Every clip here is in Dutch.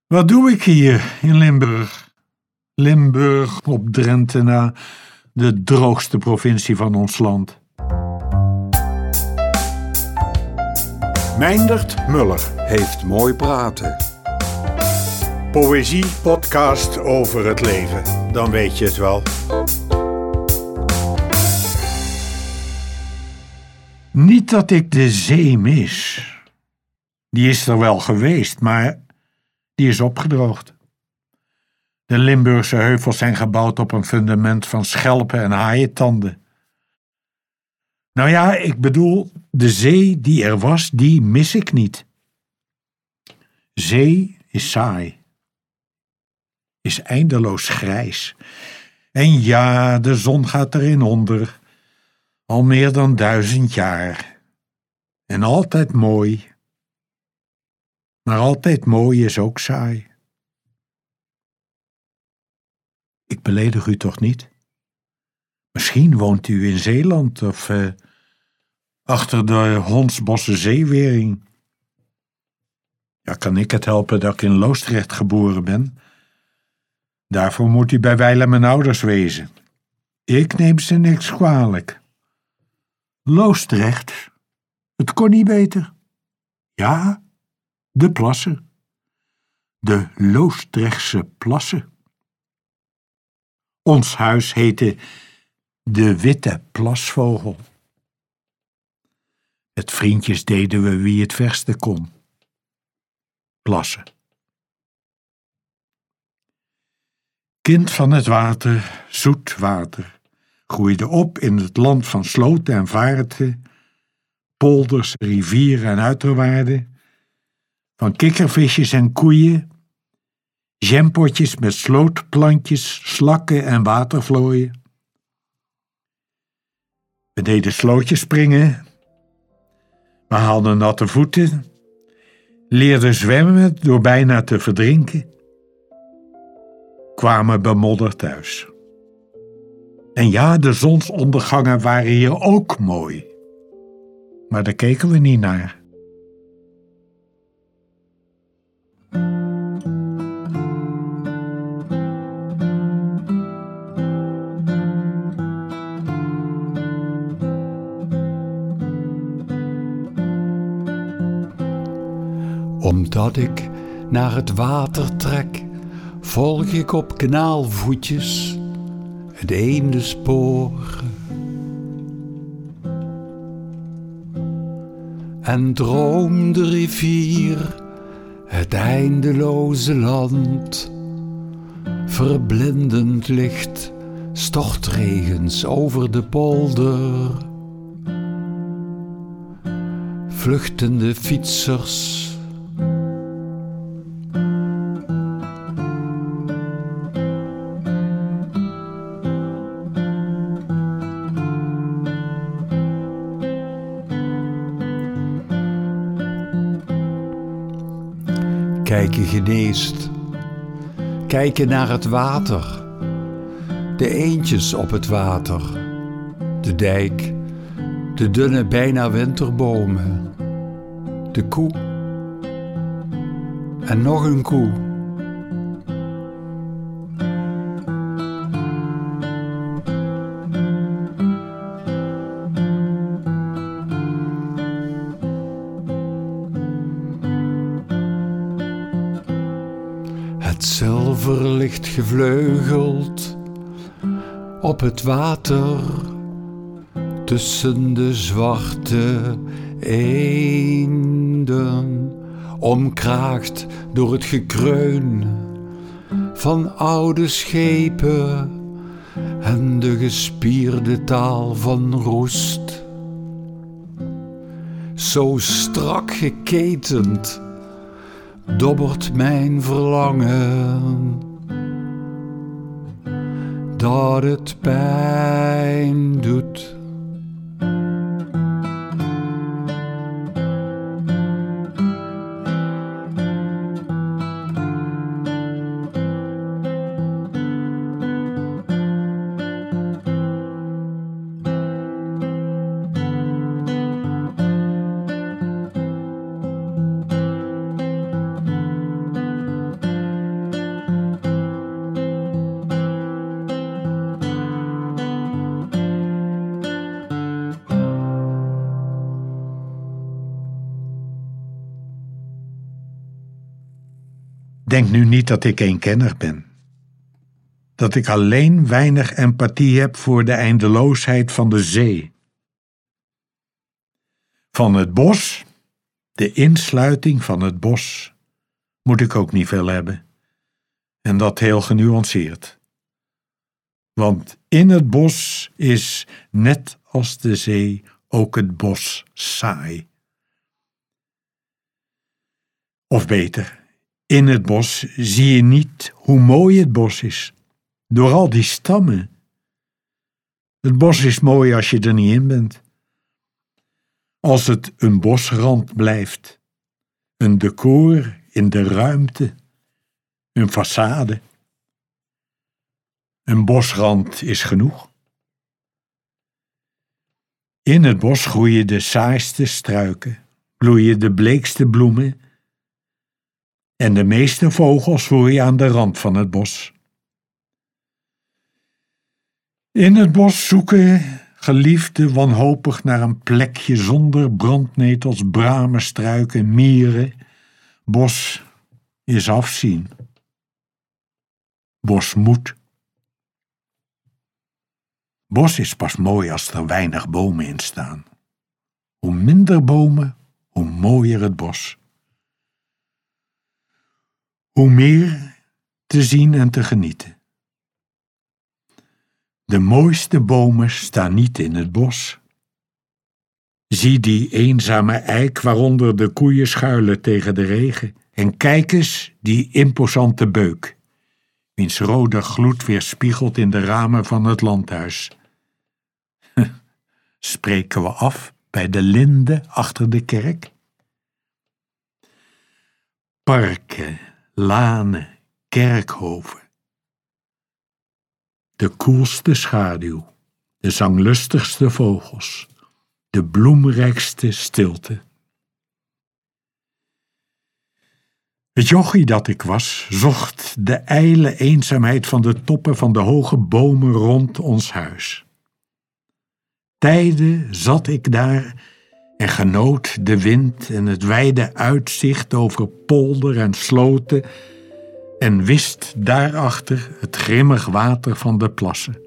Wat doe ik hier in Limburg? Limburg op Drenthe na, de droogste provincie van ons land. Meindert Muller heeft mooi praten. Poëzie-podcast over het leven, dan weet je het wel. Niet dat ik de zee mis. Die is er wel geweest, maar die is opgedroogd. De Limburgse heuvels zijn gebouwd op een fundament van schelpen en haaientanden. Nou ja, ik bedoel, de zee die er was, die mis ik niet. Zee is saai. Is eindeloos grijs. En ja, de zon gaat erin onder. Al meer dan 1000 jaar. En altijd mooi. Maar altijd mooi is ook saai. Ik beledig u toch niet? Misschien woont u in Zeeland of achter de Hondsbosse zeewering. Ja, kan ik het helpen dat ik in Loosdrecht geboren ben? Daarvoor moet u bij wijle mijn ouders wezen. Ik neem ze niks kwalijk. Loosdrecht? Het kon niet beter. Ja, de plassen. De Loosdrechtse plassen. Ons huis heette de Witte Plasvogel. Met vriendjes deden we wie het verste kon. Plassen. Kind van het water, zoet water, groeide op in het land van sloten en vaarten, polders, rivieren en uiterwaarden, van kikkervisjes en koeien, jampotjes met slootplantjes, slakken en watervlooien. We deden slootjes springen, we hadden natte voeten, leerden zwemmen door bijna te verdrinken, kwamen bemodderd thuis. En ja, de zonsondergangen waren hier ook mooi, maar daar keken we niet naar. Omdat ik naar het water trek, volg ik op kanaalvoetjes het eendespoor. En droom de rivier, het eindeloze land. Verblindend licht, stortregens over de polder. Vluchtende fietsers. Kijken geneest, kijken naar het water, de eendjes op het water, de dijk, de dunne bijna winterbomen, de koe en nog een koe. Het zilverlicht gevleugeld op het water, tussen de zwarte eenden, omkraagd door het gekreun van oude schepen en de gespierde taal van roest. Zo strak geketend dobbert mijn verlangen, dat het pijn doet. Denk nu niet dat ik eenkennig ben. Dat ik alleen weinig empathie heb voor de eindeloosheid van de zee. Van het bos, de insluiting van het bos, moet ik ook niet veel hebben. En dat heel genuanceerd. Want in het bos is, net als de zee, ook het bos saai. Of beter, in het bos zie je niet hoe mooi het bos is. Door al die stammen. Het bos is mooi als je er niet in bent. Als het een bosrand blijft. Een decor in de ruimte. Een façade. Een bosrand is genoeg. In het bos groeien de saaiste struiken, bloeien de bleekste bloemen en de meeste vogels groeien aan de rand van het bos. In het bos zoeken geliefden wanhopig naar een plekje zonder brandnetels, bramen, struiken, mieren. Bos is afzien. Bos moet. Bos is pas mooi als er weinig bomen in staan. Hoe minder bomen, hoe mooier het bos. Hoe meer te zien en te genieten. De mooiste bomen staan niet in het bos. Zie die eenzame eik waaronder de koeien schuilen tegen de regen. En kijk eens die imposante beuk, wiens rode gloed weerspiegelt in de ramen van het landhuis. Spreken we af bij de linde achter de kerk? Parken, lanen, kerkhoven. De koelste schaduw, de zanglustigste vogels, de bloemrijkste stilte. Het jochie dat ik was, zocht de ijle eenzaamheid van de toppen van de hoge bomen rond ons huis. Tijden zat ik daar en genoot de wind en het wijde uitzicht over polder en sloten en wist daarachter het grimmig water van de plassen.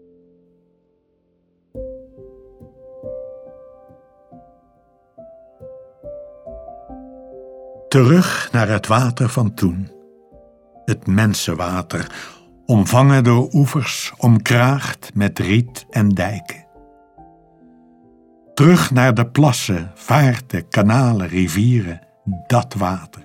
Terug naar het water van toen. Het mensenwater, omvangen door oevers, omkraagd met riet en dijken. Terug naar de plassen, vaarten, kanalen, rivieren, dat water.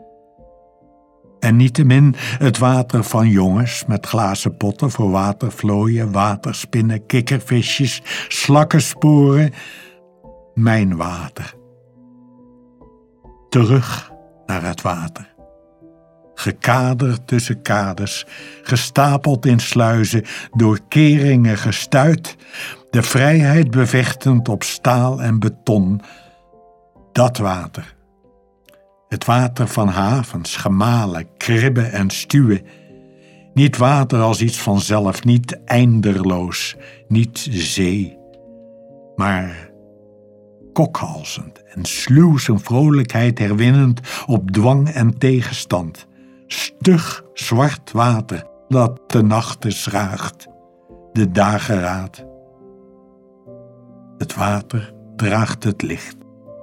En niettemin het water van jongens met glazen potten voor watervlooien, waterspinnen, kikkervisjes, slakkensporen. Mijn water. Terug naar het water. Gekaderd tussen kaders, gestapeld in sluizen, door keringen gestuit, de vrijheid bevechtend op staal en beton. Dat water. Het water van havens, gemalen, kribben en stuwen. Niet water als iets vanzelf, niet eindeloos, niet zee, maar kokhalzend en sluw zijn vrolijkheid herwinnend op dwang en tegenstand. Stug zwart water dat de nachten schraagt, de dageraad. Het water draagt het licht.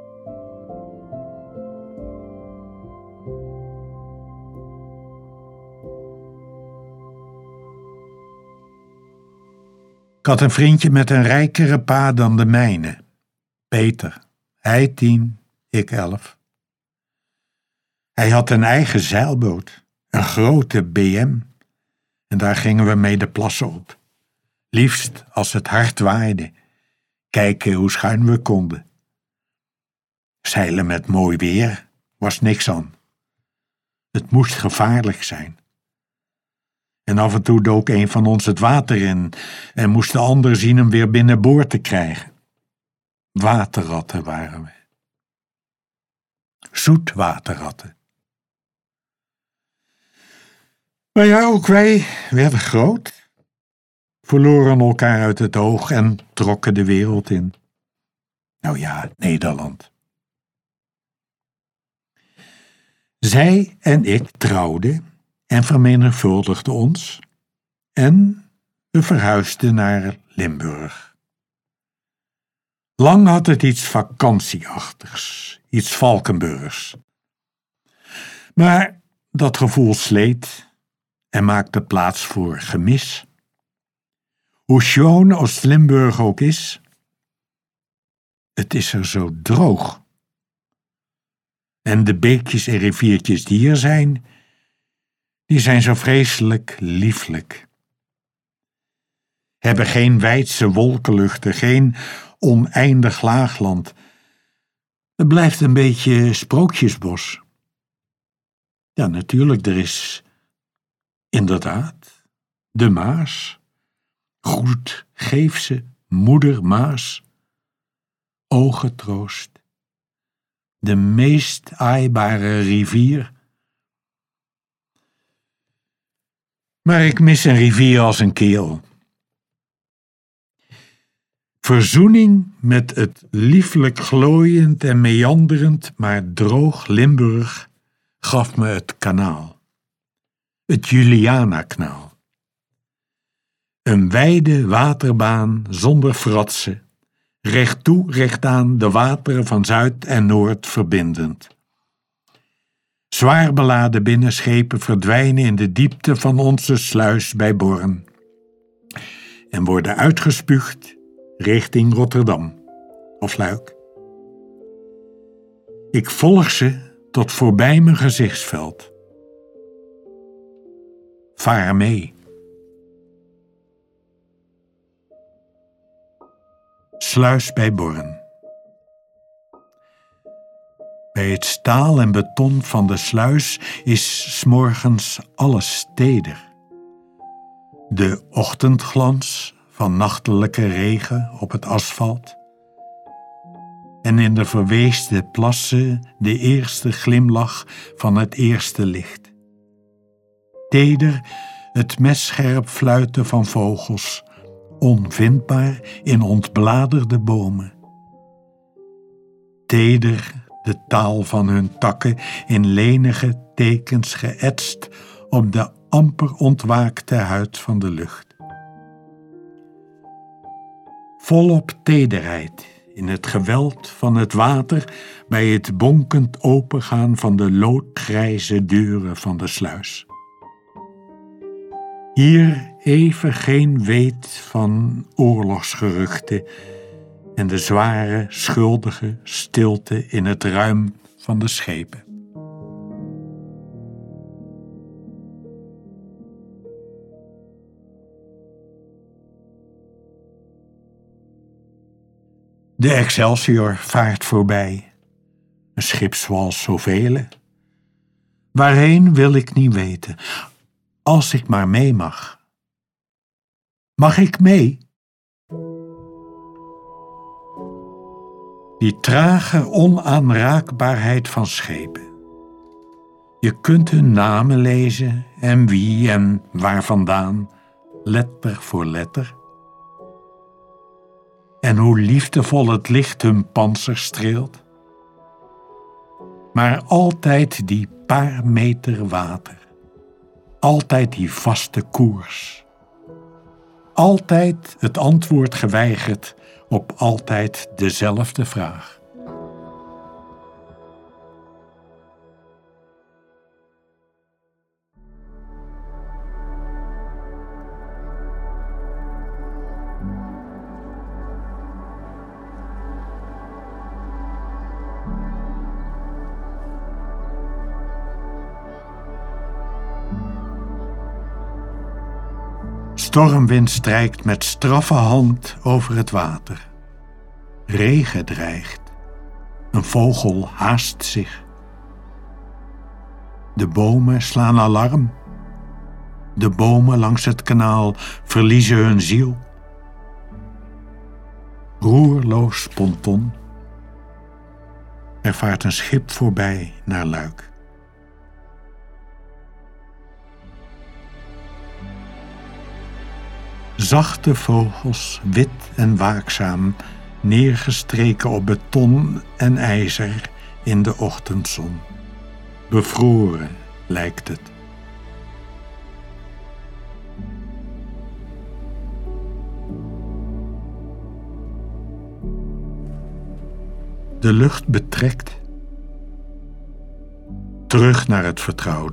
Ik had een vriendje met een rijkere pa dan de mijne. Peter. Hij 10, ik 11. Hij had een eigen zeilboot, een grote BM. En daar gingen we mee de plassen op. Liefst als het hard waaide. Kijken hoe schuin we konden. Zeilen met mooi weer was niks aan. Het moest gevaarlijk zijn. En af en toe dook een van ons het water in en moest de ander zien hem weer binnenboord te krijgen. Waterratten waren we. Zoetwaterratten. Maar ja, ook wij werden groot, verloren elkaar uit het oog en trokken de wereld in. Nou ja, Nederland. Zij en ik trouwden en vermenigvuldigden ons en we verhuisden naar Limburg. Lang had het iets vakantieachtigs, iets Valkenburgs. Maar dat gevoel sleet en maakte plaats voor gemis. Hoe schoon Oost-Limburg ook is, het is er zo droog. En de beekjes en riviertjes die er zijn, die zijn zo vreselijk lieflijk. Hebben geen wijdse wolkenluchten, geen oneindig laagland. Het blijft een beetje sprookjesbos. Ja, natuurlijk, er is inderdaad de Maas. Goed, geef ze, moeder Maas. O getroost, de meest aaibare rivier. Maar ik mis een rivier als een keel. Verzoening met het lieflijk glooiend en meanderend, maar droog Limburg gaf me het kanaal. Het Juliana-kanaal. Een wijde waterbaan zonder fratsen, recht toe, recht aan de wateren van Zuid en Noord verbindend. Zwaar beladen binnenschepen verdwijnen in de diepte van onze sluis bij Born en worden uitgespuugd richting Rotterdam of Luik. Ik volg ze tot voorbij mijn gezichtsveld. Vaar mee. Sluis bij Born. Bij het staal en beton van de sluis is 's morgens alles teder. De ochtendglans van nachtelijke regen op het asfalt en in de verweesde plassen de eerste glimlach van het eerste licht. Teder het messcherp fluiten van vogels, onvindbaar in ontbladerde bomen. Teder de taal van hun takken in lenige tekens geëtst op de amper ontwaakte huid van de lucht. Volop tederheid in het geweld van het water bij het bonkend opengaan van de loodgrijze deuren van de sluis. Hier even geen weet van oorlogsgeruchten en de zware, schuldige stilte in het ruim van de schepen. De Excelsior vaart voorbij, een schip zoals zoveel. Waarheen wil ik niet weten, als ik maar mee mag. Mag ik mee? Die trage onaanraakbaarheid van schepen. Je kunt hun namen lezen en wie en waar vandaan, letter voor letter. En hoe liefdevol het licht hun pantser streelt. Maar altijd die paar meter water. Altijd die vaste koers. Altijd het antwoord geweigerd op altijd dezelfde vraag. Stormwind strijkt met straffe hand over het water. Regen dreigt. Een vogel haast zich. De bomen slaan alarm. De bomen langs het kanaal verliezen hun ziel. Roerloos ponton. Er vaart een schip voorbij naar Luik. Zachte vogels, wit en waakzaam, neergestreken op beton en ijzer in de ochtendzon. bevroren lijkt het. De lucht betrekt. Terug naar het vertrouwde.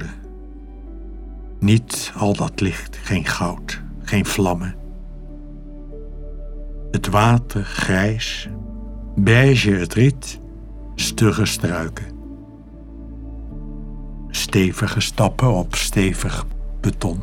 Niet al dat licht, geen goud, geen vlammen. Het water grijs, beige het riet, stugge struiken. Stevige stappen op stevig beton.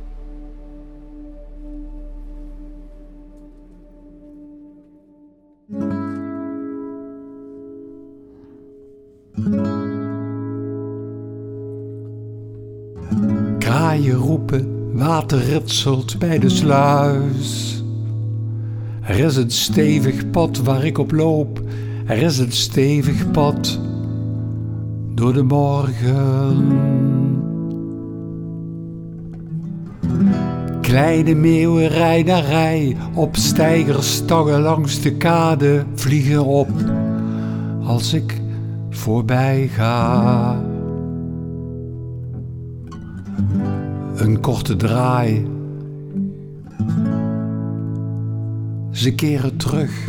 Kraaien roepen, water ritselt bij de sluis. Er is een stevig pad waar ik op loop. Er is een stevig pad door de morgen. Kleine meeuwen rij na rij op steigerstangen langs de kade vliegen op als ik voorbij ga. Een korte draai. Ze keren terug.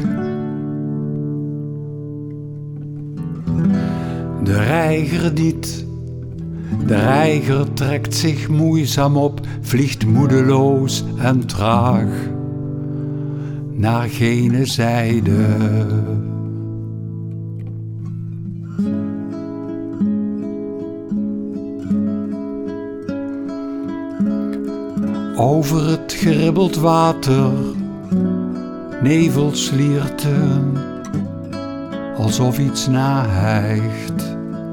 De reiger niet. De reiger trekt zich moeizaam op, vliegt moedeloos en traag naar gene zijde. Over het geribbeld water, nevelslierten, alsof iets nahijgt.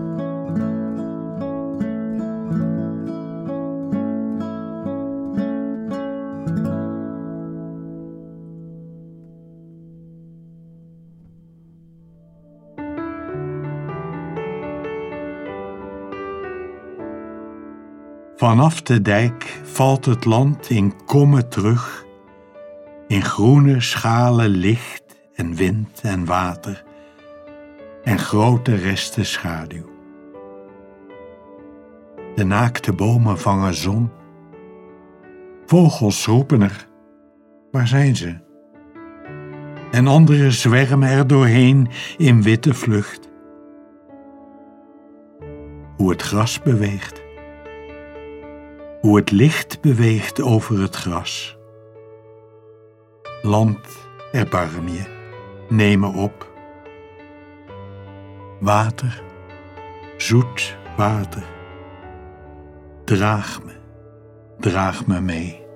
Vanaf de dijk valt het land in kommen terug, in groene schalen licht en wind en water en grote resten schaduw. De naakte bomen vangen zon. Vogels roepen er, waar zijn ze? En anderen zwermen er doorheen in witte vlucht. Hoe het gras beweegt. Hoe het licht beweegt over het gras. Land, erbarm je, neem me op. Water, zoet water. Draag me mee.